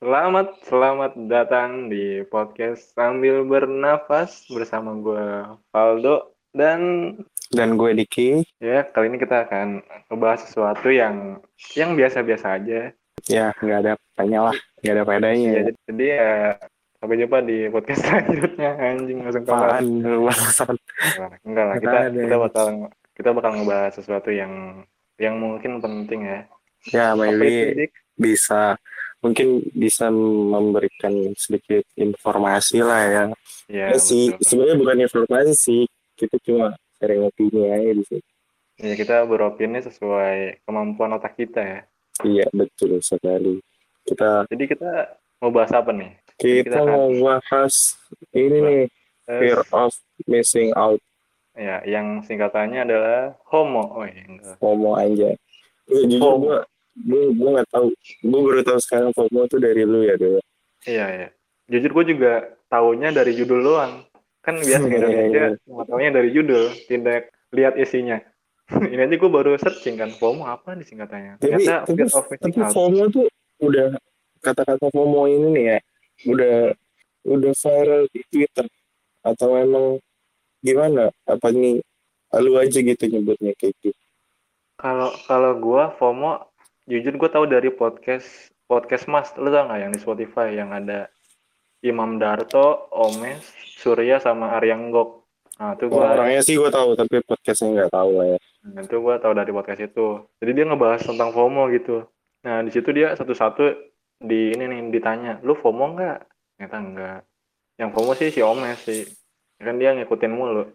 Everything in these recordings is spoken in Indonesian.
Selamat datang di podcast Sambil Bernafas bersama gue Valdo Dan gue Diki. ya kali ini kita akan ngebahas sesuatu yang biasa-biasa aja. Ya nggak ada apanya lah, nggak ada padanya. Iya, jadi ya sampai jumpa di podcast selanjutnya. Anjing langsung kelar. Apaan lu bangsat? Enggak lah, Nggak kita ada kita ini. bakal ngebahas sesuatu yang mungkin penting ya. Ya Apa itu, maybe Dik? mungkin bisa memberikan sedikit informasi lah ya. Iya, Ya sih, betul. sebenarnya bukan informasi sih, kita cuma sharing opini aja di sini. Ya, kita beropini sesuai kemampuan otak kita ya. Iya betul sekali. Kita Jadi kita mau bahas apa nih? Jadi kita kita akan mau bahas ini nih, bahas fear of missing out, ya yang singkatannya adalah HOMO. Oh iya, enggak. FOMO aja. Jujur FOMO. gue nggak tahu, gue baru tahu sekarang FOMO tuh dari lu ya dulu. Iya, iya. Jujur gue juga taunya dari judul doang. Kan biasa di Indonesia cuma taunya dari judul, tidak lihat isinya. Ini aja gue baru searching kan, FOMO apa nih singkatannya. tapi Ternyata tapi fear of missing tapi out. FOMO tuh udah, kata-kata FOMO ini nih ya udah viral di Twitter atau emang gimana, apa nih lu aja gitu nyebutnya kayak gitu? Kalau kalau gue FOMO, jujur gue tahu dari podcast Mas. Lu tau nggak yang di Spotify yang ada Imam Darto, Omes, Surya sama Aryang Gok. Nah, itu gue Orangnya sih gue tahu tapi podcastnya nggak tahu lah ya. tahu dari podcast itu. Jadi dia ngebahas tentang FOMO gitu. Nah, di situ dia satu-satu di ini nih ditanya, "Lu FOMO nggak?" Ternyata enggak. Yang FOMO sih si Omes sih. Kan dia ngikutin mulu.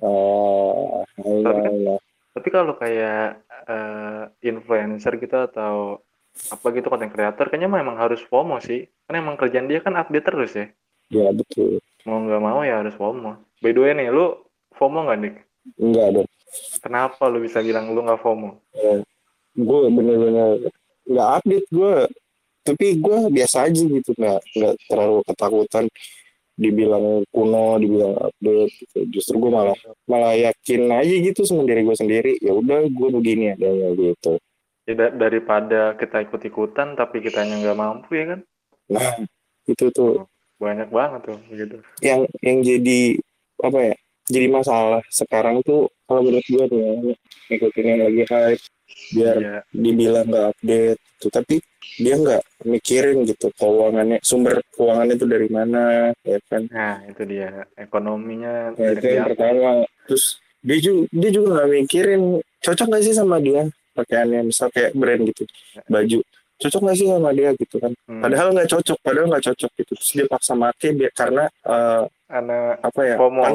Oh Tapi Allah kan Allah. tapi kalau kayak influencer gitu atau apa gitu konten kreator kayaknya memang harus FOMO sih. Kan emang kerjaan dia kan update terus ya. Ya betul. Mau nggak mau ya harus FOMO. By the way nih, lu FOMO nggak, Dik? Enggak dong. Kenapa lu bisa bilang lu nggak FOMO? Ya, gue bener-bener nggak update gue, tapi gue biasa aja gitu, nggak terlalu ketakutan dibilang kuno, dibilang update gitu. Justru gue malah malah yakin aja gitu sama diri gue sendiri. Ya udah gue begini adanya gitu. Ya, daripada kita ikut-ikutan tapi kitanya nggak mampu ya kan? Nah itu tuh Banyak banget tuh begitu. yang jadi apa ya? Jadi masalah sekarang tuh kalau menurut gue tuh ya, ngikutin yang lagi hype biar Iya. dibilang nggak update tuh, tapi dia nggak mikirin gitu keuangannya, sumber keuangannya itu dari mana ya kan. Nah, itu dia. Ekonominya Ya, tidak itu yang diatur. pertama. Terus dia juga nggak mikirin cocok nggak sih sama dia pakaiannya, misal kayak brand gitu, baju cocok nggak sih sama dia gitu kan. Hmm. Padahal nggak cocok gitu. Terus dia paksa make dia karena Anak apa ya, FOMO.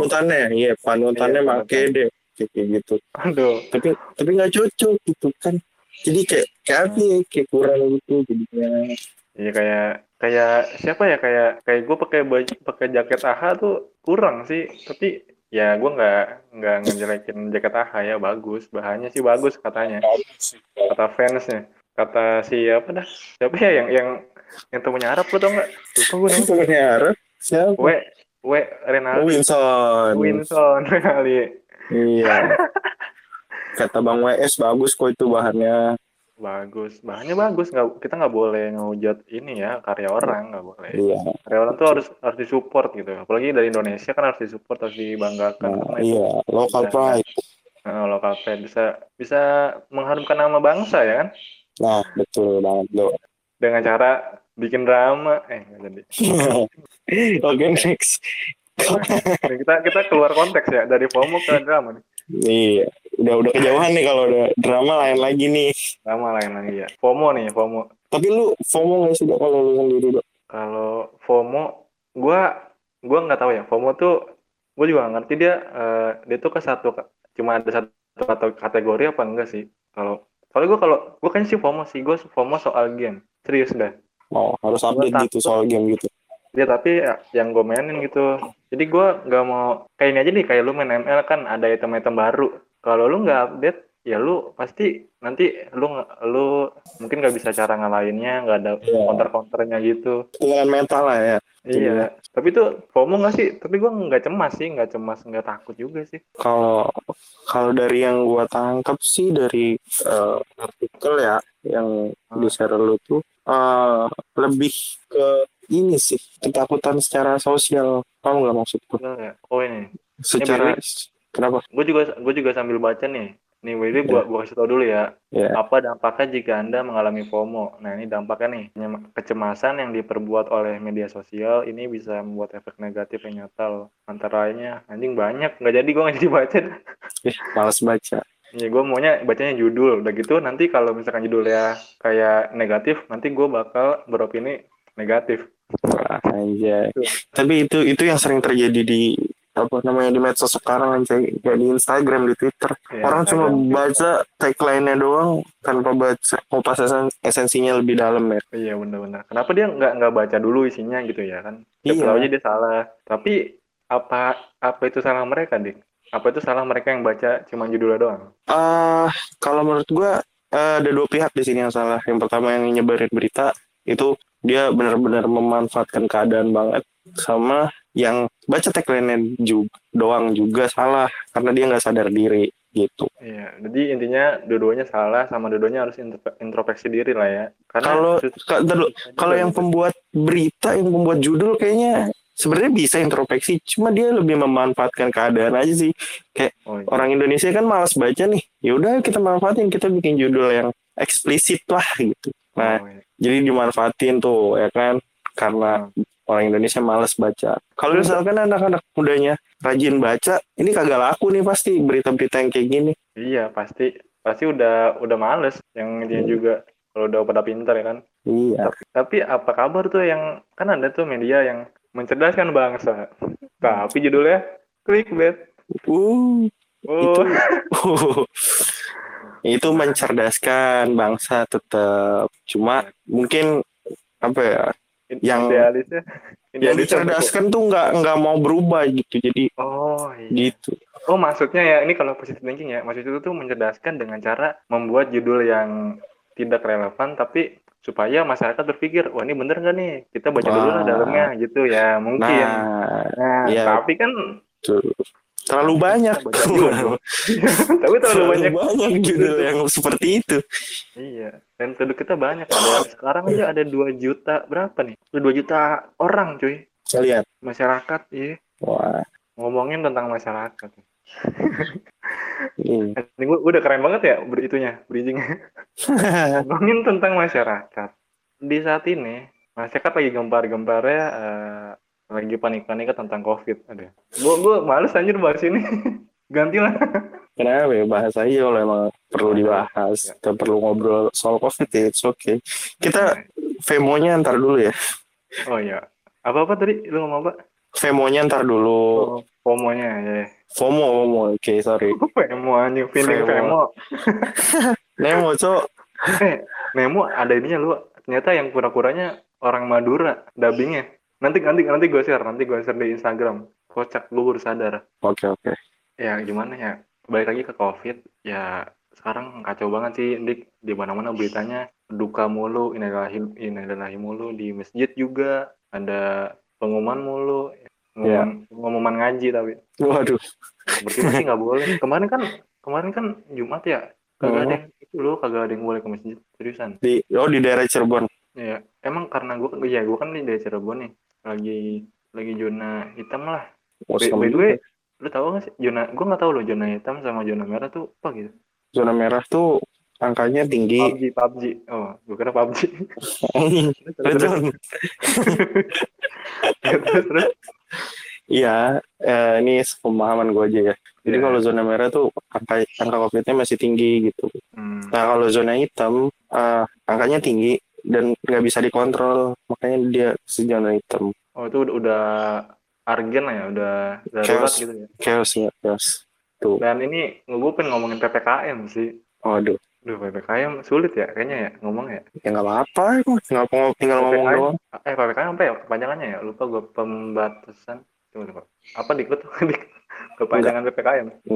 Iya, panutannya make panutan. deh kayak gitu. Aduh. Tapi nggak cocok gitu kan. Jadi kayak apa ya, kayak kurang gitu jadinya. Iya, kayak siapa ya, kayak gue pakai baju pakai jaket AHA tuh kurang sih, tapi ya gue nggak ngejelekin jaket AHA ya, bagus, bahannya sih bagus katanya, kata fansnya, kata siapa dah, siapa ya yang temennya Arab, lo tau nggak, lupa gue namanya, Temennya Arab siapa? W W Oh, Renaldi Wilson. Winson kali. Iya, kata Bang WS bagus kok itu bahannya. Bagus, bahannya bagus, kita nggak boleh ngehujat ini ya, karya orang nggak boleh. Iya, Karya orang tuh harus disupport gitu, apalagi dari Indonesia kan harus disupport, harus dibanggakan nah karena itu iya, local bisa pride. lokal pride, bisa bisa mengharumkan nama bangsa ya kan, Nah, betul banget lo. dengan cara bikin drama, nggak jadi. Oke, next. Nah, ini kita keluar konteks ya dari FOMO ke drama nih. Iya, udah kejauhan nih kalau udah drama lain lagi nih. Drama lain lagi ya. FOMO nih, FOMO. Tapi lu FOMO nggak sih Dok, kalau lu sendiri Dok? Kalau FOMO, gua nggak tahu ya. FOMO tuh gue juga nggak ngerti dia tuh cuma ada satu kategori apa enggak sih? Kalau gue kayaknya sih FOMO sih. Gue FOMO soal game. Serius dah. Oh, harus Gue update gitu takut. soal game gitu. Ya tapi ya, yang gue mainin gitu. Jadi gue nggak mau kayak ini aja nih, kayak lu main ML kan ada item-item baru. Kalau lu nggak update, ya lu pasti nanti lu mungkin nggak bisa cara ngalahinnya, nggak ada Iya, counter-counternya gitu. ketinggalan mental lah ya. Iya, Jadinya tapi itu FOMO nggak sih? Tapi gua nggak cemas sih, nggak cemas, nggak takut juga sih. kalau kalau dari yang gua tangkap sih dari artikel ya yang di Ah, share lu tuh lebih ke ini sih ketakutan secara sosial. Kamu nggak maksudku? bener ya. Oh ini by the Secara way, kenapa? gue juga sambil baca nih. Nih by the way, gua Ya, gua kasih tau dulu ya. ya. Apa dampaknya jika Anda mengalami FOMO? Nah, ini dampaknya nih. Kecemasan yang diperbuat oleh media sosial ini bisa membuat efek negatif yang nyata loh. Antara lainnya, anjing banyak. Nggak jadi, gue nggak jadi baca. Malas baca. Iya, gue maunya bacanya judul. Udah gitu, nanti kalau misalkan judulnya kayak negatif, nanti gue bakal beropini negatif. Wah, anjay. Tuh. Tapi itu yang sering terjadi di apa namanya di medsos sekarang anjay. Kayak di Instagram, di Twitter. Ya, Orang cuma Instagram, Twitter. baca tagline-nya doang tanpa baca kupas esensinya lebih dalam ya. Iya, benar-benar. Kenapa dia nggak baca dulu isinya gitu ya kan? Siapa tahu aja Iya. dia salah. Tapi apa apa itu salah mereka, Dik? Apa itu salah mereka yang baca cuma judulnya doang? Kalau menurut gua ada dua pihak di sini yang salah. Yang pertama yang nyebarin berita itu dia benar-benar memanfaatkan keadaan banget, sama yang baca tagline juga doang juga salah karena dia nggak sadar diri gitu. Iya, jadi intinya dua-duanya salah sama dua-duanya harus introspeksi diri lah ya. Karena Kalau susah kalau juga yang gitu. pembuat berita, yang pembuat judul kayaknya sebenarnya bisa introspeksi, cuma dia lebih memanfaatkan keadaan aja sih. Kayak Oh iya. orang Indonesia kan malas baca nih. Ya udah kita manfaatin, kita bikin judul yang eksplisit lah gitu. Nah, Oh iya. jadi dimanfaatin tuh ya kan karena Hmm. orang Indonesia malas baca. Kalau Tapi untuk misalkan anak-anak mudanya rajin baca, ini kagak laku nih pasti berita-berita yang kayak gini. iya pasti pasti udah males yang dia juga kalau udah pada pintar ya kan. Iya. Tapi apa kabar tuh yang kan ada tuh media yang mencerdaskan bangsa. Tapi judulnya clickbait. Itu Oh, itu gimana? mencerdaskan bangsa tetap. Cuma Ya, mungkin apa ya, yang idealisnya idealisnya untuk dicerdaskan tuh nggak mau berubah gitu. Jadi oh iya. gitu. Oh, maksudnya ya, ini kalau positive thinking ya, maksud itu tuh mencerdaskan dengan cara membuat judul yang tidak relevan, tapi supaya masyarakat berpikir, wah ini bener nggak nih? Kita baca dulu lah Wah, dalamnya, gitu ya, mungkin. nah, Nah, ya tapi kan, tuh. Terlalu tapi kan banyak. kita baca judul. Tapi terlalu Terlalu banyak banyak judul sudut. yang seperti itu. Iya, dan sudut kita banyak. Sekarang aja ada 2 juta, berapa nih? 2 juta orang, cuy. Saya lihat. Masyarakat, iya. Wah, Ngomongin tentang masyarakat. ini. Ini gue udah keren banget ya bridgingnya. Ngomongin tentang masyarakat. Di saat ini, masyarakat lagi gempar-gemparnya, lagi panik-paniknya tentang COVID. Ada. Gue males anjir bahas ini. Gantilah. Kenapa ya, bahas aja kalau emang perlu Bahas aja. dibahas. Ya. Kita perlu ngobrol soal COVID ya, it's okay. Kita Nah, Vemonya ntar dulu ya. oh iya. Apa-apa tadi? Lu ngomong apa? Vemonya ntar dulu. Oh, FOMO-nya ya. FOMO, oke, sorry. Nemo anjing, feeling Vemo. Vemo. Nemo, cok. Nemo ada ininya lu. Ternyata yang kura-kuranya orang Madura dubbingnya. Nanti gue share di Instagram. Kocak, gue baru sadar. Oke, oke. Ya gimana ya, balik lagi ke COVID, ya sekarang kacau banget sih, Dik. Di mana-mana beritanya duka mulu, innalillahi mulu, di masjid juga ada pengumuman mulu, Ya. pengumuman ngaji tapi Waduh. berarti sih nggak boleh. Kemarin kan Jumat ya, kagak ada Hmm. yang itu loh, kagak ada yang boleh ke masjid, seriusan. Di daerah Cirebon. Ya, emang karena gue kan dari Cirebon nih, lagi zona hitam lah. Oh, By serem the way, juga. lu tahu nggak sih gue nggak tahu loh zona hitam sama zona merah tuh apa gitu. Zona merah tuh angkanya tinggi. PUBG. Oh, gue kira PUBG. Terus Red terus zone. terus. Iya, ini pemahaman gue aja ya. Jadi Ya. kalau zona merah tuh angka COVID-nya masih tinggi gitu. Hmm. Nah kalau zona hitam angkanya tinggi dan nggak bisa dikontrol, makanya dia zona hitam. Oh, itu udah argen lah ya, udah darurat Chaos, gitu ya. chaos ya, chaos. Tuh, Dan ini gue pengen ngomongin PPKM sih. waduh, Duh, PPKM sulit ya kayaknya ya ngomong ya. ya nggak apa-apa, tinggal ngomong PPKM, doang. PPKM apa ya kepanjangannya ya? Lupa gue, pembatasan. Coba. Apa dik lu tuh? Dik? Enggak, Kepanjangan PPKM. enggak.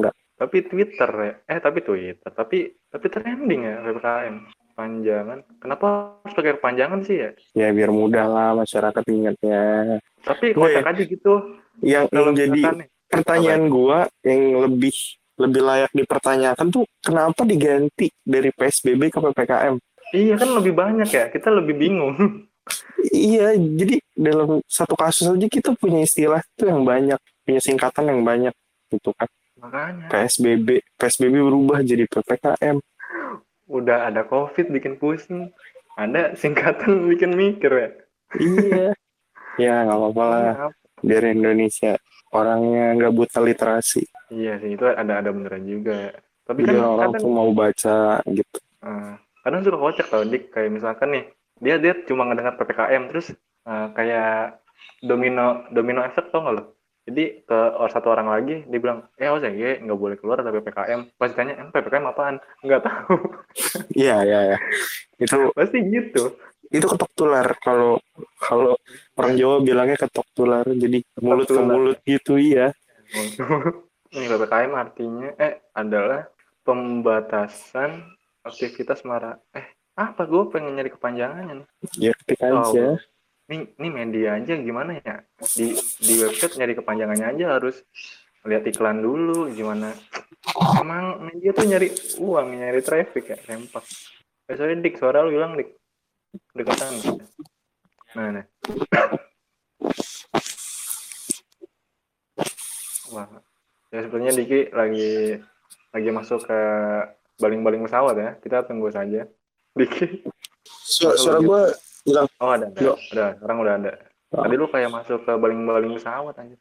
Tapi Twitter ya. Tapi Twitter. Tapi trending ya PPKM. Panjangan. Kenapa harus pakai kepanjangan sih ya? Ya biar mudah lah masyarakat ingatnya. Tapi Nggak kocak ya, aja gitu. yang Kalau jadi misalkan nih. Apa ya? pertanyaan gua yang lebih lebih layak dipertanyakan tuh kenapa diganti dari PSBB ke PPKM? Iya kan lebih banyak ya. Kita lebih bingung. Iya, jadi dalam satu kasus aja kita punya istilah tuh yang banyak, punya singkatan yang banyak gitu kan. Makanya. PSBB berubah jadi PPKM. Udah ada COVID bikin pusing. Ada singkatan bikin mikir ya. Iya, ya nggak apa-apa Ini lah. apa? Biar Indonesia orangnya nggak buta literasi. Iya sih itu ada beneran juga ya. Tapi kan Biar orang kadang tuh mau baca gitu. kadang suka kocak tau Dik, kayak misalkan nih dia cuma ngedengar PPKM terus kayak domino domino efek tau nggak lo. Jadi ke satu orang lagi dia bilang OCG nggak boleh keluar ada PPKM, pasti tanya PPKM apaan, nggak tahu. Iya, iya, ya. Itu Pasti gitu. itu ketok tular kalau kalau orang Jawa bilangnya ketok tular. Jadi mulut ke Kebetulan mulut gitu, iya. ini PPKM artinya adalah pembatasan aktivitas apa gue pengen nyari kepanjangannya nih. Ya ketik Oh, aja. ini media aja gimana ya, di website nyari kepanjangannya aja harus lihat iklan dulu gimana. Emang media tuh nyari uang, nyari traffic ya, sempak. Sorry Dik, suara lu hilang Dik, dekatan. Nah. Wah, ya sebenarnya Diki lagi masuk ke baling-baling pesawat ya, kita tunggu saja. Diki Suara gue hilang. ada sekarang udah ada. Tadi lu kayak masuk ke baling-baling pesawat aja.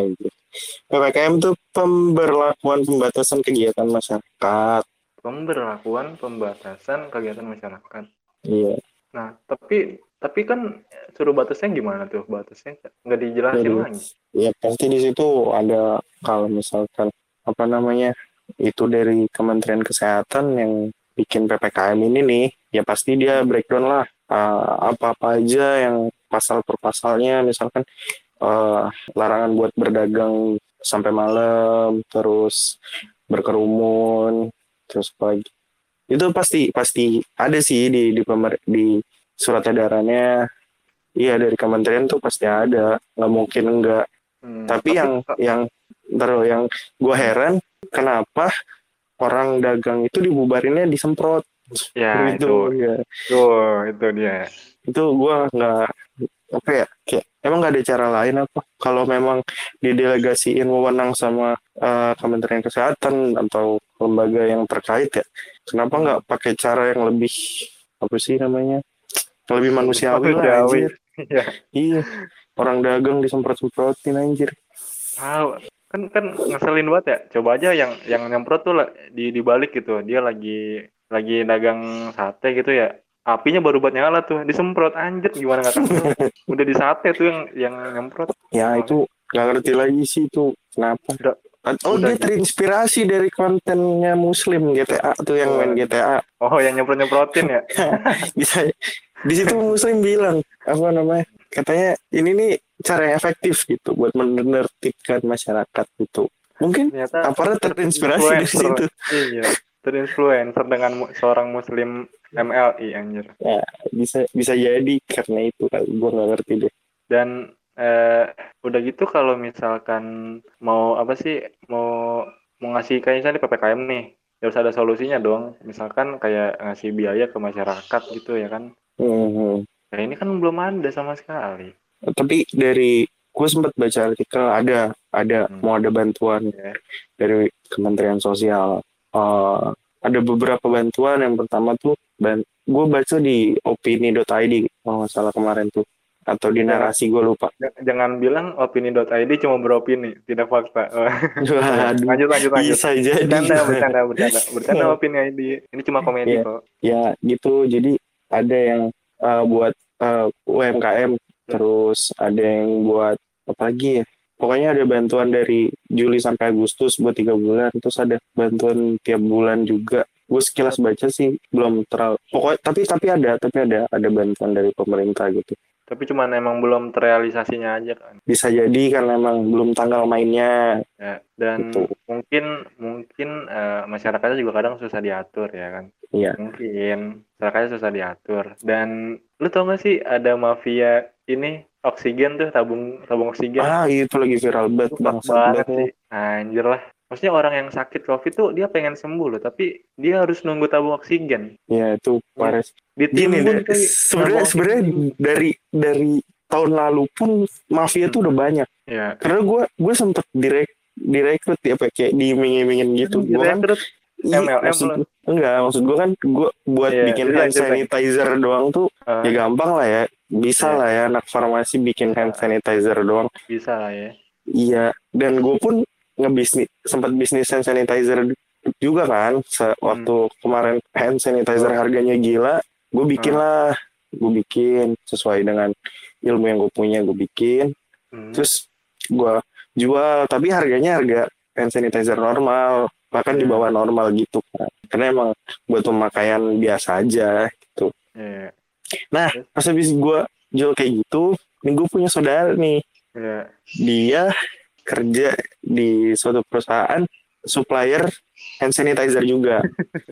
PPKM itu pemberlakuan pembatasan kegiatan masyarakat. Pemberlakuan pembatasan kegiatan masyarakat. Iya. Nah, tapi kan suruh batasnya gimana tuh? Batasnya nggak dijelasin Jadi, lagi. ya pasti di situ ada kalau misalkan apa namanya itu dari Kementerian Kesehatan yang bikin PPKM ini nih, ya pasti dia breakdown lah apa-apa aja yang pasal per pasalnya, misalkan larangan buat berdagang sampai malam, terus berkerumun, terus apa lagi. Itu pasti ada sih di surat edarannya. Iya, dari kementerian tuh pasti ada, nggak mungkin enggak. Tapi yang gue heran kenapa orang dagang itu dibubarinnya disemprot. ya Gitu ya. itu dia. Itu gue nggak apa ya, kayak emang nggak ada cara lain apa kalau memang didelegasiin wewenang sama Kementerian Kesehatan atau lembaga yang terkait ya, kenapa nggak pakai cara yang lebih apa sih namanya, lebih manusiawi lah anjir. Iya. Iya, orang dagang disemprot-semprotin anjir. Kan ngeselin banget ya. Coba aja yang nyemprot tuh dibalik gitu. Dia lagi dagang sate gitu ya. Apinya baru buat nyala tuh, disemprot anjir gimana nggak tahu. Udah di sate tuh yang nyemprot. Ya itu nggak ngerti lagi sih itu kenapa. Dia gitu. terinspirasi dari kontennya Muslim GTA tuh yang main GTA. Oh, yang nyemprotin ya. Bisa di situ Muslim bilang apa namanya? Katanya ini nih cara yang efektif gitu buat menertibkan masyarakat gitu. Mungkin aparat terinspirasi dari situ. Iya, terinfluencer dengan seorang Muslim MLI anjir. Ya, bisa jadi karena itu kan gue nggak ngerti deh. Dan udah gitu kalau misalkan mau apa sih, mau ngasih kayak misalnya PPKM nih, harus ada solusinya dong. Misalkan kayak ngasih biaya ke masyarakat gitu ya kan. Nah ini kan belum ada sama sekali. Tapi dari gue sempat baca artikel ada mau ada bantuan dari Kementerian Sosial. Ada beberapa bantuan. Yang pertama tuh gue baca di opini.id kalau nggak salah kemarin tuh, atau di narasi gue lupa. Jangan bilang opini.id cuma beropini, tidak fakta. Lanjut. Bisa jadi. Bercanda opini ID. Ini cuma komedi kok. Ya gitu. Jadi ada yang buat UMKM, terus ada yang buat apa lagi ya. Pokoknya ada bantuan dari Juli sampai Agustus buat 3 bulan. Terus ada bantuan tiap bulan juga. Gue sekilas baca sih belum terlalu. Pokoknya tapi ada bantuan dari pemerintah gitu. Tapi cuman emang belum terrealisasinya aja kan. Bisa jadi kan emang belum tanggal mainnya. Ya, dan gitu. mungkin masyarakatnya juga kadang susah diatur ya kan. Iya. Mungkin masyarakatnya susah diatur. Dan lu tau gak sih ada mafia ini oksigen tuh, tabung tabung oksigen. Itu lagi viral banget, Itu fuck bangsat banget banget. sih. Anjir lah. Maksudnya orang yang sakit COVID tuh dia pengen sembuh loh, tapi dia harus nunggu tabung oksigen. Ya itu Ya. parah. Gini deh, Ditimbun coy sebenarnya tabung sebenarnya oksigen dulu. dari tahun lalu pun mafia tuh udah banyak. Ya. Karena gue sempet direkrut ya kayak diiming-imingin gitu. Kan Gue kan direkrut MLM maksud loh. enggak, maksud gue kan gue buat Iya, bikin ceritain hand ceritain. sanitizer doang tuh ya Ah, gampang lah ya. Bisa iya, lah ya anak farmasi bikin hand bisa sanitizer doang. bisa lah ya. Iya, dan gue pun sempat bisnis hand sanitizer juga kan. Hmm. Waktu kemarin hand sanitizer Oh. harganya gila, gue bikin Ah. lah, gue bikin sesuai dengan ilmu yang gue punya, gue bikin. Hmm. Terus gue jual, tapi harganya harga hand sanitizer normal, bahkan di Ya. bawah normal gitu kan. Karena emang buat pemakaian biasa aja gitu. Ya. Nah, Terus? pas habis gue jual kayak gitu, nih gue punya saudara nih, Ya. dia kerja di suatu perusahaan supplier hand sanitizer juga.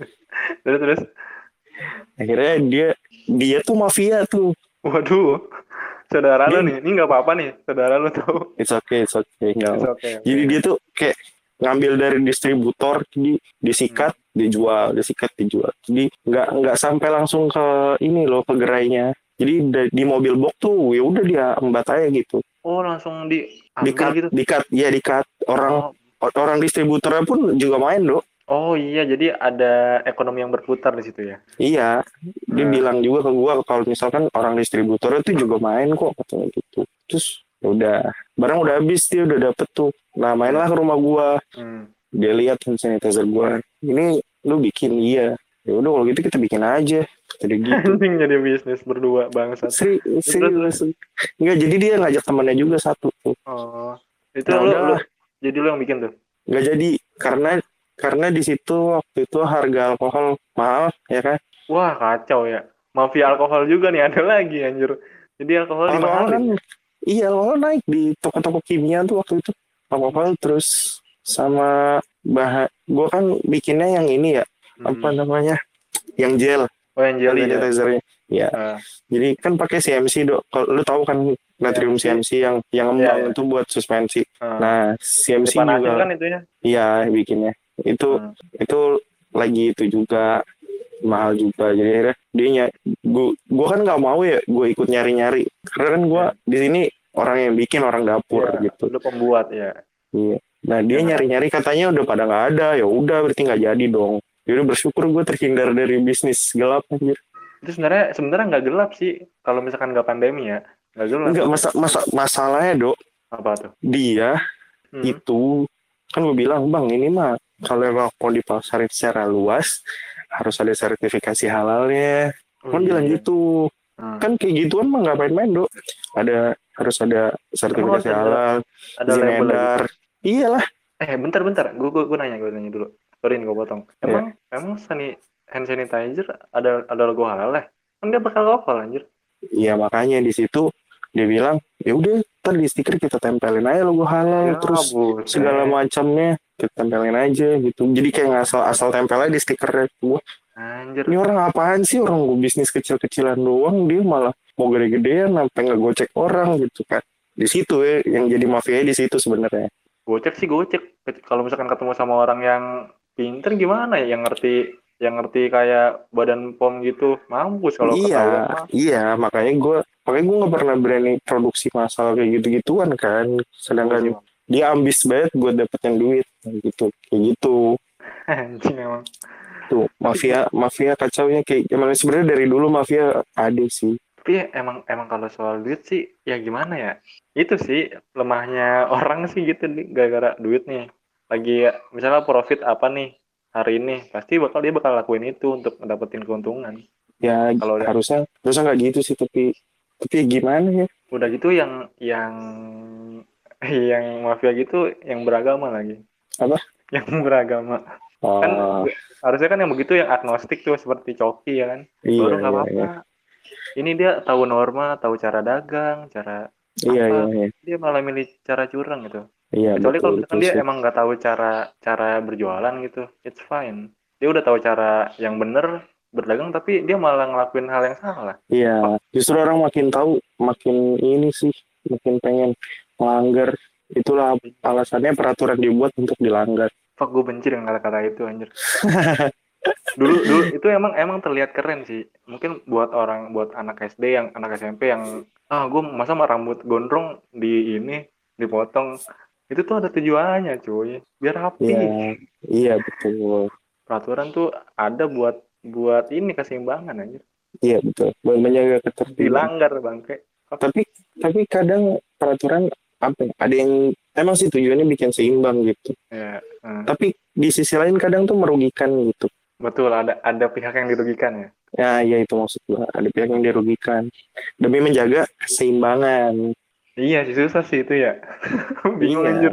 Terus. Akhirnya dia tuh mafia tuh. Waduh, saudara lu Dia nih. Ini nggak apa-apa nih, saudara lu tahu. it's okay nggak It's apa. okay, Jadi dia oke. tuh kayak ngambil dari distributor, Hmm. disikat, dijual, disikat, dijual. Jadi nggak sampai langsung ke ini loh ke gerainya. Jadi di mobil box tuh ya udah dia embat aja gitu. Oh, langsung diambil Dikat, gitu. dikat, ya dikat. Orang Oh, orang distributornya pun juga main dong. oh iya, jadi ada ekonomi yang berputar di situ ya. Iya, dia Eh, bilang juga ke gua kalau misalkan orang distributor itu juga main kok katanya gitu. Terus ya udah, barang udah wah, habis dia udah dapet tuh. Nah mainlah ya. ke rumah gua, Hmm. dia lihat hand sanitizer gua. Ini lu bikin iya. Ya udah kalau gitu kita bikin aja. Kata dia gitu. Anjing jadi bisnis berdua bangsat. Terus. Serius. Enggak, jadi dia ngajak temannya juga satu tuh. Oh, itu Nah lu udahlah, jadi lu yang bikin tuh. nggak jadi karena di situ waktu itu harga alkohol mahal ya kan. Wah, kacau ya. Mafia alkohol juga nih ada lagi anjir. Jadi alkohol Alkohol kan dimahalin ya. iya alkohol naik di toko-toko kimia tuh waktu itu. Alkohol terus sama gue kan bikinnya yang ini ya apa Hmm. namanya yang gel Oh, yang hand jelly ya. sanitizernya ya. Ah, Jadi kan pakai CMC dok. Kalau lu tahu kan natrium CMC. CMC yang Iya, ngembang ya. itu buat suspensi. Ah, Nah yang CMC dipanasin juga kan itunya. iya bikinnya itu Hmm. itu lagi itu juga mahal juga jadi akhirnya dia gue kan nggak mau ya gue ikut nyari-nyari karena kan gue Ya. di sini orang yang bikin orang dapur Iya, gitu. lu pembuat ya. Iya. Nah dia Ya, nyari-nyari katanya udah pada nggak ada ya udah berarti nggak jadi dong. Jadi bersyukur gue terhindar dari bisnis gelap anjir. itu sebenarnya nggak gelap sih kalau misalkan nggak pandemi ya. Nggak gelap Enggak itu. masalahnya dok Apa tuh? dia Hmm. itu kan gue bilang bang ini mah kalau emang mau dipasarin secara luas harus ada sertifikasi halalnya. Oh Kan bilang iya. gitu. Hmm. Kan kayak gituan mah nggak main-main dok. Harus ada Emang harus sertifikasi halal, ada izin label lagi. edar. Iyalah. Bentar. Gue nanya dulu. Sorry nih gue potong. Ya. Emang hand sanitizer ada logo halal ya? Kan dia bakal alkohol anjir. Iya makanya di situ dia bilang ya udah ntar di stiker kita tempelin aja logo halal Ya terus segala buset. macamnya kita tempelin aja gitu. Jadi kayak asal tempel aja di stikernya. Gua Anjir. ini orang apaan sih orang gue bisnis kecil-kecilan doang dia malah mau gede-gedean sampai ngegocek orang gitu kan. Di situ ya yang jadi mafia di situ sebenarnya. Gocek. Kalau misalkan ketemu sama orang yang pinter gimana ya, yang ngerti kayak badan pom gitu, mampus kalau ketahuan mah. Iya, makanya gue nggak pernah berani produksi masalah kayak gitu-gituan kan. Iya sih, Sedangkan Bang. dia ambis banget buat dapetin duit gitu, kayak gitu. Anjing emang. Tuh, Tapi mafia kacaunya kayak emang sebenarnya dari dulu mafia ada sih. emang kalau soal duit sih ya gimana ya? Itu sih lemahnya orang sih gitu nih, gara-gara duit nih. Lagi misalnya profit apa nih hari ini, pasti dia bakal lakuin itu untuk mendapatkan keuntungan. Ya Kalau harusnya harusnya nggak gitu sih, tapi gimana ya? udah gitu yang mafia gitu yang beragama lagi. Apa? Yang beragama. Kan Oh, harusnya kan yang begitu yang agnostik tuh seperti Coki ya kan. iya Baru nggak iya apa-apa. iya Ini dia tahu norma, tahu cara dagang, cara iya apa. iya. Iya. Dia malah milih cara curang gitu. Iya Kecuali betul kalau betul misalkan dia sih. emang nggak tahu cara cara berjualan gitu, it's fine. Dia udah tahu cara yang bener berdagang, tapi dia malah ngelakuin hal yang salah. Iya, Fuck, justru orang makin tahu, makin ini sih, makin pengen melanggar. Itulah alasannya peraturan dibuat untuk dilanggar. fuck gue benci dengan kata-kata itu anjir. Dulu dulu itu emang emang terlihat keren sih. Mungkin buat orang buat anak SD yang anak SMP yang gue masa mah rambut gondrong di ini dipotong. Itu tuh ada tujuannya, cuy. Biar Iya, rapi. iya betul. Peraturan tuh ada buat buat ini keseimbangan anjir. Iya betul. Buat menjaga ketertiban. Dilanggar bangke. Fuck. Tapi tapi kadang peraturan apa ya, ada yang emang sih tujuannya bikin seimbang gitu. Ya, Tapi di sisi lain kadang tuh merugikan gitu. betul ada pihak yang dirugikan ya. Ya, ya itu maksud gua. Ada pihak yang dirugikan demi menjaga keseimbangan. Iya sih susah sih itu ya. Bingung Iya, anjir.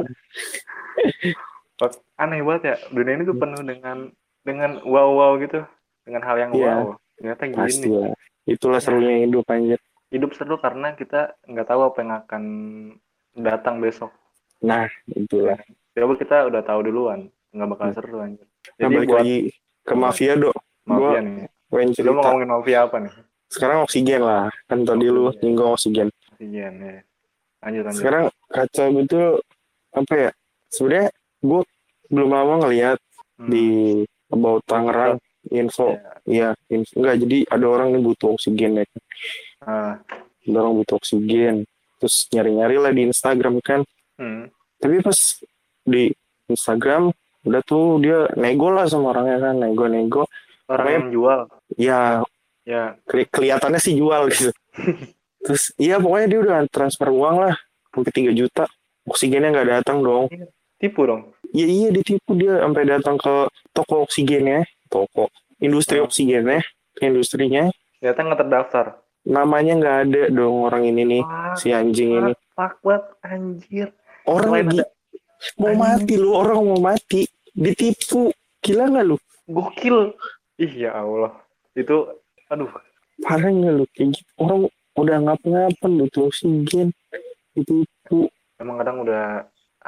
Fuck. Aneh banget ya. Dunia ini tuh penuh dengan wow-wow gitu. Dengan hal yang iya, wow. Ternyata pasti gini. lah. Itulah Ya, serunya hidup anjir. hidup seru karena kita nggak tahu apa yang akan datang besok. Nah, Ya. itulah. Coba kita udah tahu duluan, nggak bakal seru anjir. Nah, Jadi balik buat lagi ke apa? mafia, Dok. Gua Mafia nih. pengen Lu mau cerita. ngomongin mafia apa nih? Sekarang oksigen lah. Kan tadi lu Oksigen. nyinggung oksigen. Oksigen ya. Lanjut lanjut. Sekarang kacau betul apa ya? Sebenarnya gue belum lama ngeliat di Hmm. About Tangerang info. Ya. Iya, info. Enggak, jadi ada orang yang butuh oksigen ya. Ah. Ada orang butuh oksigen. Terus nyari-nyari lah di Instagram kan. Hmm. Tapi pas di Instagram udah tuh dia nego lah sama orangnya kan, nego-nego. Orang Pokoknya yang jual. ya Ya. kelihatannya sih jual gitu. Terus iya pokoknya dia udah transfer uang lah sampai 3 juta. Oksigennya nggak datang dong. Tipu dong. Ya iya ditipu dia sampai datang ke toko oksigennya, toko industri Hmm. oksigennya, ke industrinya. Ternyata nggak terdaftar. Namanya nggak ada dong orang ini nih, Fuck. si anjing ini. Fuck banget anjir. Orang Selain lagi ada mau mati lu, orang mau mati, ditipu. Gila nggak lu? gokil. Ih ya Allah. Itu aduh. Parah nggak lu? Kayak gitu. Orang udah ngap-ngapan butuh oksigen, ditipu. Emang kadang udah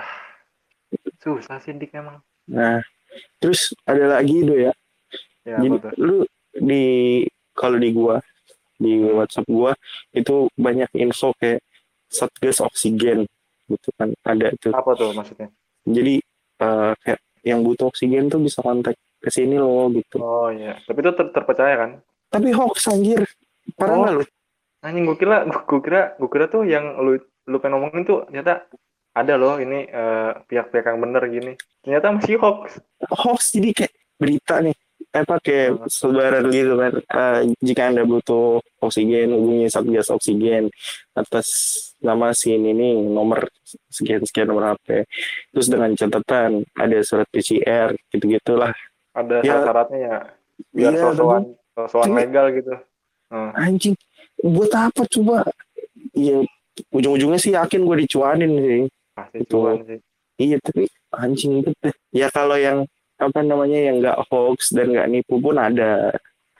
susah sih dik emang. Nah, terus ada lagi do ya. Ya Jadi apa tuh? lu di kalau di gua di WhatsApp gua itu banyak info kayak Satgas oksigen gitu kan ada tuh. Apa tuh maksudnya? Jadi kayak yang butuh oksigen tuh bisa kontak ke sini loh gitu. Oh iya. Tapi itu terpercaya kan? Tapi hoax anjir. Parah Oh, nggak lu? anjing gue kira tuh yang lu pengen ngomongin tuh ternyata ada loh ini pihak-pihak yang bener gini. Ternyata masih hoax. Hoax jadi kayak berita nih kayak Hmm. sebaran gitu kan. Jika Anda butuh oksigen hubungi Satgas oksigen atas nama si ini nih nomor sekian nomor HP. Terus dengan catatan ada surat PCR gitu-gitulah. Ada Ya syarat-syaratnya ya biar iya sosokan tapi legal gitu. Hmm. anjing buat apa coba? Iya ujung-ujungnya sih yakin gue dicuanin sih. Pasti Itu cuan sih. iya tapi anjing gitu deh. Ya kalau yang apa namanya yang nggak hoax dan nggak nipu pun ada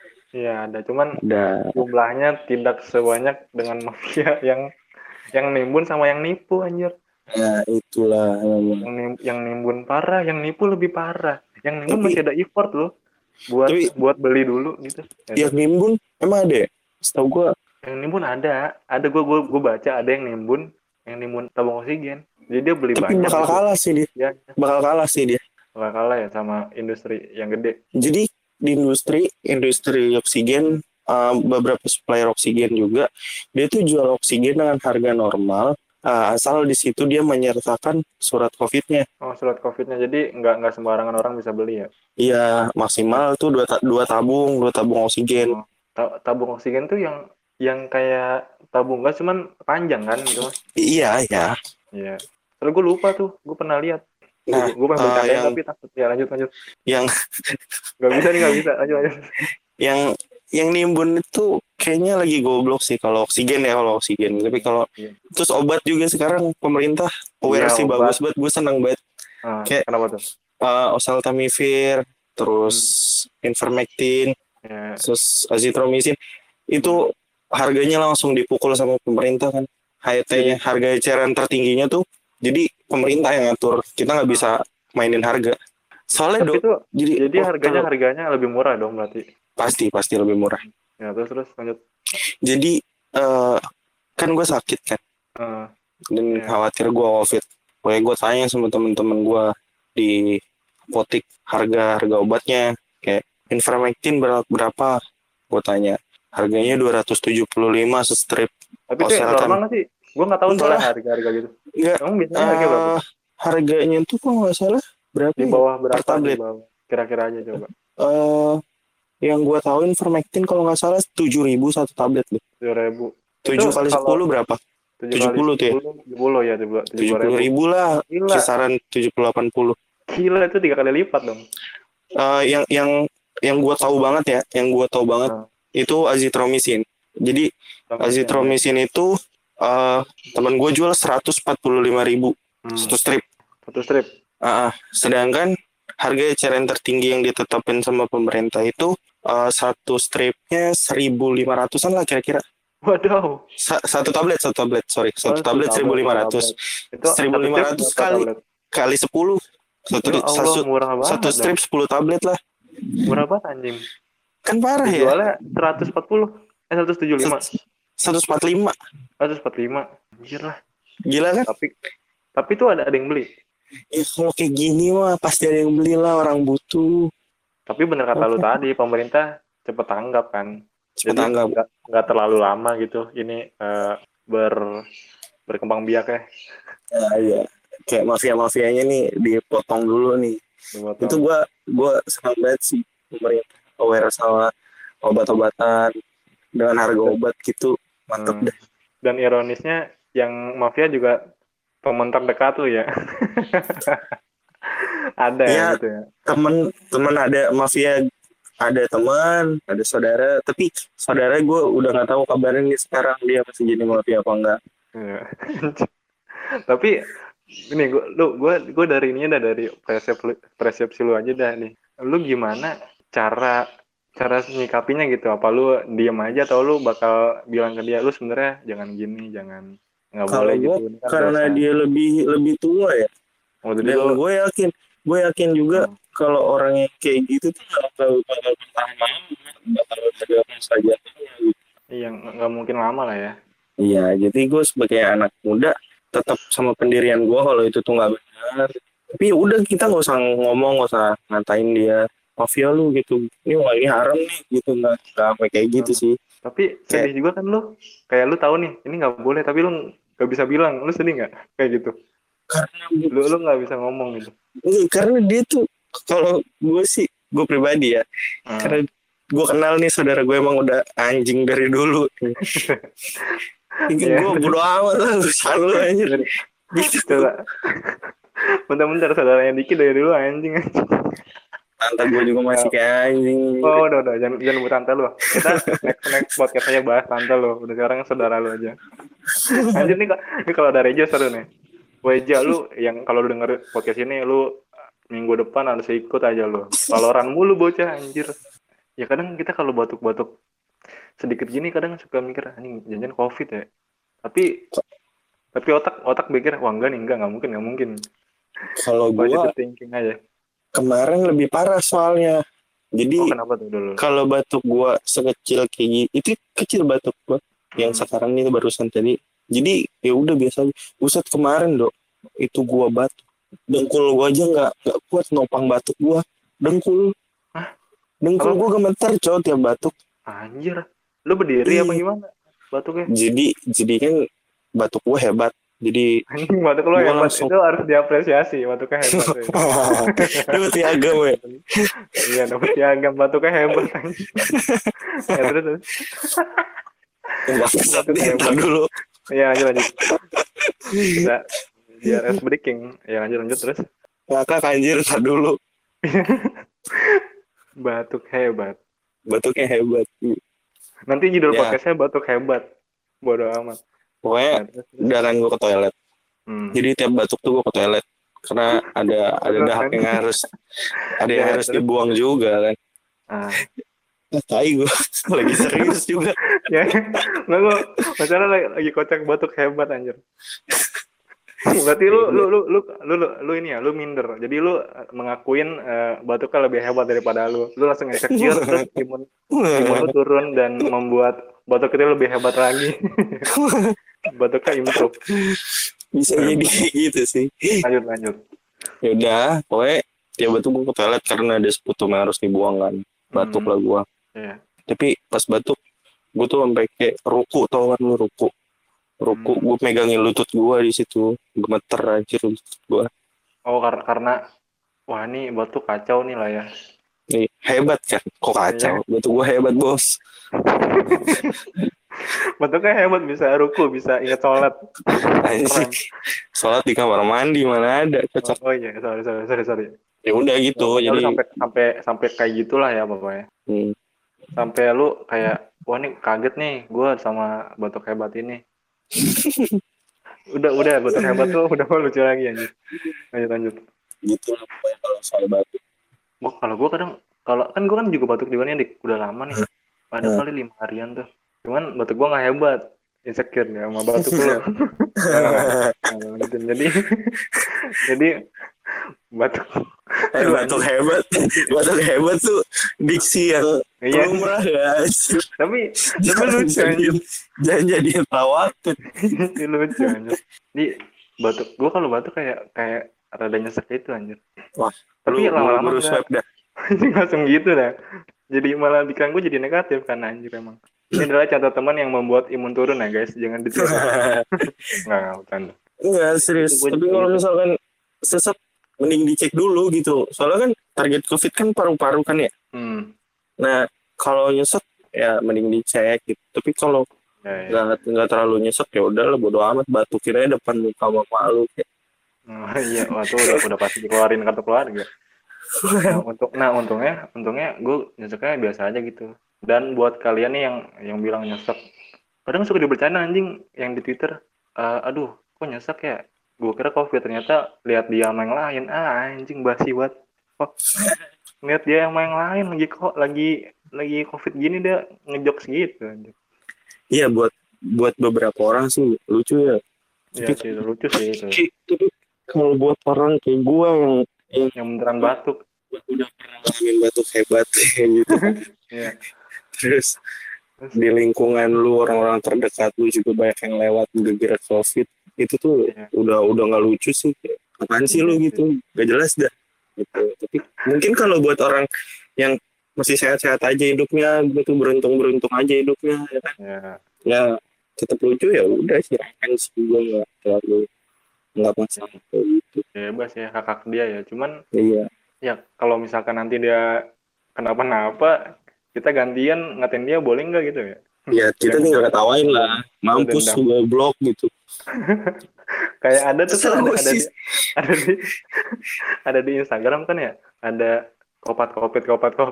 Iya ada. Cuman ada jumlahnya tidak sebanyak dengan mafia yang nimbun sama yang nipu anjir. ya itulah memang. Yang nimbun parah, yang nipu lebih parah. Yang nimbun Tapi masih ada effort loh buat tapi buat beli dulu gitu. Ya, yang nimbun emang ada ya? Setahu gue yang nimbun ada gue baca ada yang nimbun tabung oksigen. Jadi dia beli tapi banyak bakal gitu. kalah sih dia. Ya, Bakal kalah sih dia. nggak kalah ya sama industri yang gede. Jadi di industri oksigen beberapa supplier oksigen juga dia tuh jual oksigen dengan harga normal asal di situ dia menyertakan surat COVID-nya. Oh, surat COVID-nya. Jadi nggak sembarangan orang bisa beli ya. Iya maksimal tuh dua tabung oksigen. Oh, tabung oksigen tuh yang kayak tabung gas cuman panjang kan gitu mas. Iya ya. Iya. Terus gue lupa tuh, gue pernah lihat. Nah Gue pengen bercandain yang tapi takut. Ya lanjut. yang Nggak bisa nih, nggak bisa. Lanjut. yang nimbun itu kayaknya lagi goblok sih kalau oksigen ya kalau oksigen. Tapi kalau Iya. terus obat juga sekarang pemerintah aware Iya, sih obat. bagus banget. Gue senang banget. Kayak Kenapa tuh? oseltamivir, terus Ivermectin, Ya. terus azithromycin itu harganya langsung dipukul sama pemerintah kan. HET-nya harga eceran tertingginya tuh Jadi pemerintah yang ngatur, kita nggak bisa mainin harga. Soalnya Tapi itu jadi kalau harganya lebih murah dong berarti. pasti lebih murah. Ya terus lanjut. Jadi kan gue sakit kan, Eh, dan ya. khawatir gue COVID. Pokoknya gue tanya sama temen-temen gue di apotek harga obatnya, kayak Ivermectin berapa? Gue tanya, harganya 275 sestrip. Tapi itu normal Oseltan nggak sih? Gue nggak tahu enggak soalnya lah, harga-harga gitu. enggak. Emang biasanya harga berapa tuh? Harganya tuh kalau nggak salah berapa Di ya bawah per berapa? Di tablet? bawah. Kira-kira aja coba. eh yang gue tahu Ivermectin kalau nggak salah 7.000 satu tablet loh. 7.000. Itu 7 kali kalau 10 berapa? 7 tujuh kali puluh tuh ya, 10, 70 ya, 70 70.000. ribu lah, Gila, kisaran 70-80. gila itu 3 kali lipat dong. Yang gue tahu banget ya, Nah, itu azitromisin. Jadi Tomisin ya. azitromisin itu teman gue jual 145.000 satu strip. Satu strip. Sedangkan harga eceran tertinggi yang ditetapkan sama pemerintah itu satu stripnya 1.500-an lah kira-kira. Waduh. Satu tablet, sorry, Oh, satu tablet satu 1.500. tablet. Itu satu strip 1.500 berapa kali tablet? kali 10. Ya Allah, murah Satu banget dong. strip 10 tablet lah. Murah banget anjing. Kan parah ya. Dijualnya 140. 175. 145. 145. Anjir lah. Gila kan? Tapi itu ada yang beli. Ya kalau kayak gini mah pasti ada yang beli lah, orang butuh. Tapi bener kata lu tadi, pemerintah cepet tanggap kan. Cepet Jadi tanggap. nggak terlalu lama gitu. Ini berkembang biak ya. Nah, iya. Kayak mafia-mafianya nih dipotong dulu nih. Dimotong. Itu gue senang banget sih pemerintah aware sama obat-obatan dengan harga obat gitu, mantep deh. Dan ironisnya yang mafia juga teman terdekat tuh ya. Ada ya gitu ya. Temen ada mafia, ada teman, ada saudara, tapi saudara gue udah nggak tahu kabarnya nih sekarang dia masih jadi mafia apa enggak. Ya. Tapi ini gue dari ininya dah, dari persepsi lu aja dah nih. Lu gimana cara nyikapinya gitu? Apa lu diem aja atau lu bakal bilang ke dia, lu sebenarnya jangan gini, jangan, nggak boleh Kalau gitu. gue karena dosa. dia lebih tua ya, dan gue yakin juga kalau orang yang kayak gitu tuh bakal bertahan lama, bakal ada saja. Iya, nggak mungkin lama lah ya. Iya, jadi gue sebagai anak muda tetap sama pendirian gue kalau itu tuh nggak benar. Tapi udah, kita nggak usah ngomong, nggak usah ngatain dia mafia lu gitu. Ini haram nih gitu, nggak sampai kayak gitu sih. Tapi sedih juga kan lu, kayak lu tahu nih ini nggak boleh, tapi lu nggak bisa bilang. Lu sedih nggak kayak gitu? Karena lu nggak bisa ngomong gitu. Karena dia tuh, kalau gue pribadi ya, karena gue kenal nih saudara gue emang udah anjing dari dulu. Gue bodo amat lah, selalu aja gitu. Bentar saudaranya dikit dari dulu anjing. Tante gue juga masih kayak anjing. Oh udah jangan buat tante lu. Kita next podcast aja bahas tante lu. Udah sekarang saudara lu aja. Anjir nih kalau ada Reja seru nih. Reja lu yang kalau lu denger podcast ini, lu minggu depan harus ikut aja lu. Valoran mulu bocah anjir. Ya kadang kita kalau batuk-batuk sedikit gini kadang suka mikir anjing jangan COVID ya. Tapi otak mikir wah enggak mungkin. Kalau gue thinking aja. Kemarin lebih parah soalnya. Jadi kenapa tuh dulu? Kalau batuk gue sekecil kayak gini, itu kecil batuk gue. Yang sekarang ini barusan tadi. Jadi ya udah biasa. Buset, kemarin dok, itu gue batuk. Dengkul gue aja nggak kuat nopang batuk gue. Dengkul gue gemeter cow tiap batuk. Anjir, lu berdiri apa gimana batuknya? Jadi kan batuk gue hebat. Jadi anjing batuk lu hebat langsung... itu harus diapresiasi, batuknya hebat. Dapat piagam ya. Iya, dapat piagam, batuknya hebat anjing. Ya terus. Entar dulu. Iya, lanjut. Kita biar ice breaking. Ya lanjut terus. Ngakak anjir, entar dulu. Batuk hebat. Batuknya hebat. Nanti judul podcastnya batuk hebat. Bodoh amat. Pokoknya udah gue ke toilet. Jadi tiap batuk tuh gue ke toilet. Karena ada dahak yang harus dibuang juga kan. Tai gue lagi serius juga. Ya, nggak gue masalah lagi kocak batuk hebat anjir. Berarti Ya lu lu udah. lu lu lu lu, lu ini ya, lu minder. Jadi lu mengakuin batuknya lebih hebat daripada lu. Lu langsung insecure terus imun lu turun dan membuat batuk itu lebih hebat lagi. Batuknya improve. Bisa jadi gitu sih. Lanjut lanjut. Ya udah, pokoknya tiap batuk gue ke toilet karena ada sekutum yang harus dibuang kan. Batuk Hmm, lah gue. ya. Tapi pas batuk, gue tuh sampai kayak ruku, tau kan lu ruku. Ruku, Hmm. gue megangin lutut gue di situ, gemeter aja lutut gue. Oh karena wah ini batuk kacau nih lah ya. Nih hebat kan? Kok kacau? Iya. Batuk gue hebat bos. Batuknya hebat bisa ruku, bisa ingat sholat. Anjing, Keren. sholat di kamar mandi mana ada Oh, cocok. oh iya, sorry. Ya udah Ya, gitu, pokoknya lu jadi sampai sampai sampai kayak gitulah ya pokoknya. hmm, Sampai lu kayak wah nih kaget nih gue sama batuk hebat ini. Udah batuk hebat tuh udah mau lucu lagi anjir. Lanjut. gitu lah pokoknya kalau soal batuk. Kalau gue kadang kalau kan gue kan juga batuk juga nih Dik. Udah lama nih. Ada Nah. kali 5 harian tuh. Cuman batuk gue nggak hebat. Insecure nih sama batuk lu. Nah, lanjutin. Jadi batuk. Aduh Batuk anjir. hebat, batuk hebat tuh diksi yang Iya. lumrah ya. Tapi Jangan lucu anjir. jadi tawatut. Ini lucu anjir. Jadi batuk gue kalau batuk kayak rada nyesek itu anjir. Wah, Tapi lu lama-lama buru-buru enggak. swab dah. Langsung gitu dah. Jadi malah pikiran gue jadi negatif kan anjir emang. Ini adalah contoh teman yang membuat imun turun ya guys. Jangan ditiru. Nggak bercanda. Enggak serius. Itu gue Tapi juga kalau gitu. misalkan sesek mending dicek dulu gitu. Soalnya kan target COVID kan paru-paru kan ya. Hmm. Nah, kalau nyesek ya mending dicek gitu. Tapi kalau Ya. nggak terlalu nyesek ya udahlah bodo amat batukin aja depan muka bapak lu kayak. Iya, wah tuh udah pasti dikeluarin kartu keluarga. Untungnya gue nyeseknya biasa aja gitu. Dan buat kalian nih yang bilang nyesek, kadang suka dibercanda anjing yang di Twitter. Aduh, kok nyesek ya? Gue kira COVID, ternyata lihat dia sama yang lain. Anjing basi banget. Kok lihat dia sama yang lain lagi COVID gini dia ngejokes gitu anjing. Iya buat beberapa orang sih lucu ya. Iya sih lucu sih itu. Tapi kalau buat orang kayak gue Yang beneran batuk. udah pernah ngalamin batuk hebat kayak gitu. Iya. Terus di lingkungan lu orang-orang terdekat lu juga banyak yang lewat gara-gara COVID itu tuh Iya. udah nggak lucu sih. Apaan sih lu gitu? Gak jelas dah. Gitu. Tapi mungkin kalau buat orang yang masih sehat-sehat aja hidupnya gitu beruntung aja hidupnya ya kan. Ya. Ya tetap lucu ya udah silakan sih gue nggak terlalu nggak masalah kayak gitu. Bebas ya hak dia ya. Cuman Iya. ya kalau misalkan nanti dia kenapa-napa, kita gantian ngatain dia boleh nggak gitu ya? Ya kita tinggal ketawain lah, mampus goblok gitu. Kayak ada tuh kan Seru ada di Instagram kan ya, ada covid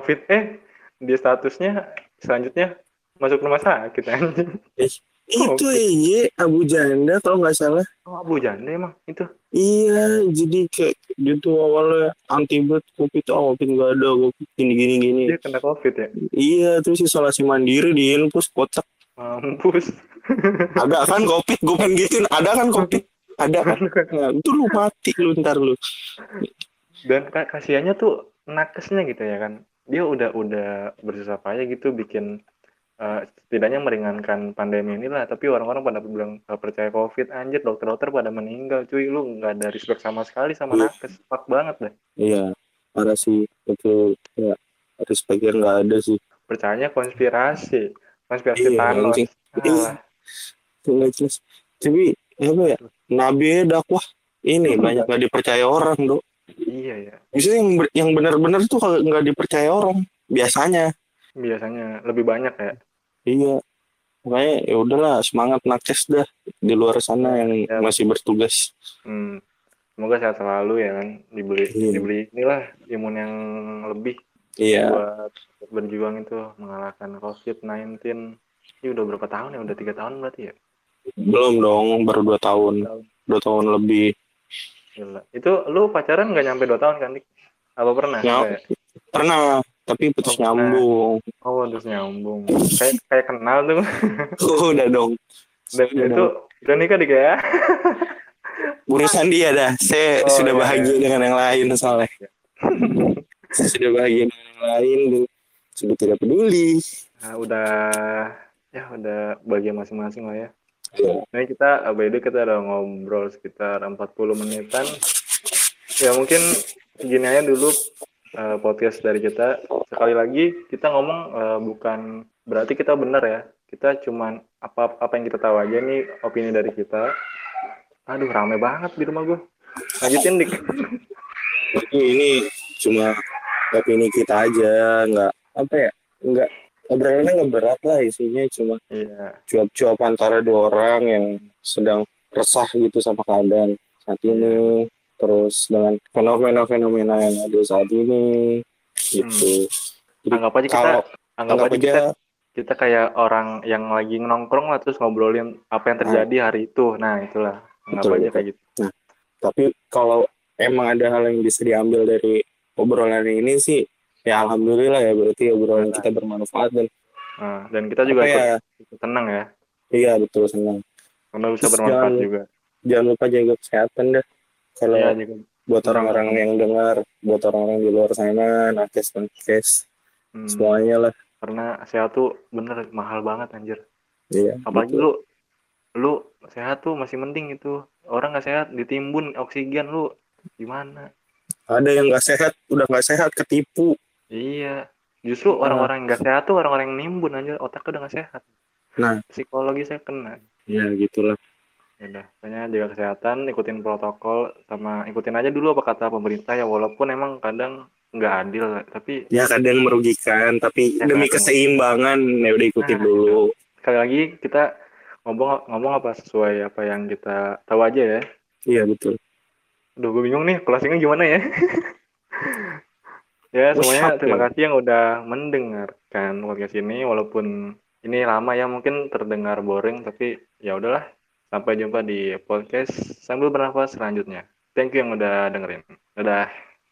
di statusnya selanjutnya masuk rumah sakit anjing. Itu iya Abu Janda kalau nggak salah. Oh, Abu Janda emang itu. Iya, jadi kayak gitu awalnya antibot COVID nggak ada COVID gini. Dia kena COVID ya? Iya, terus isolasi mandiri di infus kocak. Mampus. Ada kan COVID, gue pengen gituin. Ada kan COVID? Ada kan? Nah, itu lu mati lu ntar lu. Dan kasihannya tuh nakesnya gitu ya kan. Dia udah bersusah payah gitu bikin setidaknya meringankan pandemi inilah, tapi orang-orang pada bilang gak percaya COVID, anjir dokter-dokter pada meninggal cuy, lu nggak ada respect sama sekali sama nakes, fuck banget deh. Iya, parah sih itu ya respectnya nggak ada sih. Percayanya konspirasi Iya, Thanos. Nggak jelas. Tapi apa ya? Nabi dakwah ini banyak nggak dipercaya orang dok. Iya ya. Maksudnya yang benar-benar tuh kalau nggak dipercaya orang biasanya lebih banyak ya. Iya, makanya ya udahlah semangat nakes dah di luar sana yang masih bertugas. Semoga sehat selalu ya kan, dibeli inilah imun yang lebih buat berjuang itu mengalahkan COVID-19. Ini udah berapa tahun ya? Udah 3 tahun berarti ya? Belum dong, baru 2 tahun. 2 tahun lebih. Gila. Itu lu pacaran nggak nyampe 2 tahun kan, Dik? Apa pernah? Pernah, tapi putus nyambung. Oh, putus nyambung. Kayak kenal tuh. Udah dong. Dan itu udah nikah Dik ya? urusan dia dah. Saya Oh sudah iya bahagia ya. dengan yang lain soalnya. Saya sudah bahagia dengan yang lain dan sudah tidak peduli. Nah, udah bagian masing-masing lah ya. Ya, Nah, by the way, kita udah ngobrol sekitar 40 menitan. Ya mungkin segini aja dulu podcast dari kita. Sekali lagi kita ngomong bukan berarti kita benar ya. Kita cuman apa yang kita tahu aja nih opini dari kita. Aduh rame banget di rumah gue. Lanjutin dik. jadi ini cuma opini kita aja, nggak apa ya, nggak obrolannya nggak berat lah, isinya cuma Iya, cuap-cuap antara dua orang yang sedang resah gitu sama keadaan saat iya. ini, terus dengan fenomena-fenomena yang ada saat ini Hmm. gitu. Jadi Anggap aja kita kalau anggap anggap aja aja, kita kayak orang yang lagi nongkrong lah terus ngobrolin apa yang nah, terjadi hari itu. Nah, itulah. Anggap betul aja betul. kayak gitu. Nah, tapi kalau emang ada hal yang bisa diambil dari obrolan ini sih, ya alhamdulillah ya, berarti obrolan Nah, kita bermanfaat dan dan kita juga apa ya, ikut tenang ya. iya betul, senang. Karena bisa Terus bermanfaat juga. jangan lupa jaga kesehatan dah. Kalau Iya juga. buat Benar benar orang-orang benar. yang dengar, buat orang-orang di luar sana, nakes, Hmm, semuanya lah. karena sehat tuh bener mahal banget anjir. Iya, Apalagi betul. lu sehat tuh masih penting itu. Orang nggak sehat ditimbun oksigen lu gimana? Ada yang nggak sehat, udah nggak sehat, ketipu. Iya. Justru Nah, orang-orang yang nggak sehat tuh orang-orang yang nimbun anjir otaknya udah nggak sehat. nah, Psikologi saya kena. ya gitulah. Ya udah, pokoknya jaga kesehatan, ikutin protokol, sama ikutin aja dulu apa kata pemerintah ya walaupun emang kadang nggak adil, tapi Ya kadang merugikan, tapi ya demi kadang. keseimbangan, ya udah ikutin Nah itu. dulu. Sekali lagi kita ngomong ngomong apa sesuai apa yang kita tahu aja ya. Iya betul. Aduh, gue bingung nih closingnya gimana ya. Ya semuanya Usap terima ya. kasih yang udah mendengarkan podcast ini walaupun ini lama ya mungkin terdengar boring tapi ya udahlah. Sampai jumpa di podcast sambil bernafas selanjutnya. Thank you yang udah dengerin. Dadah.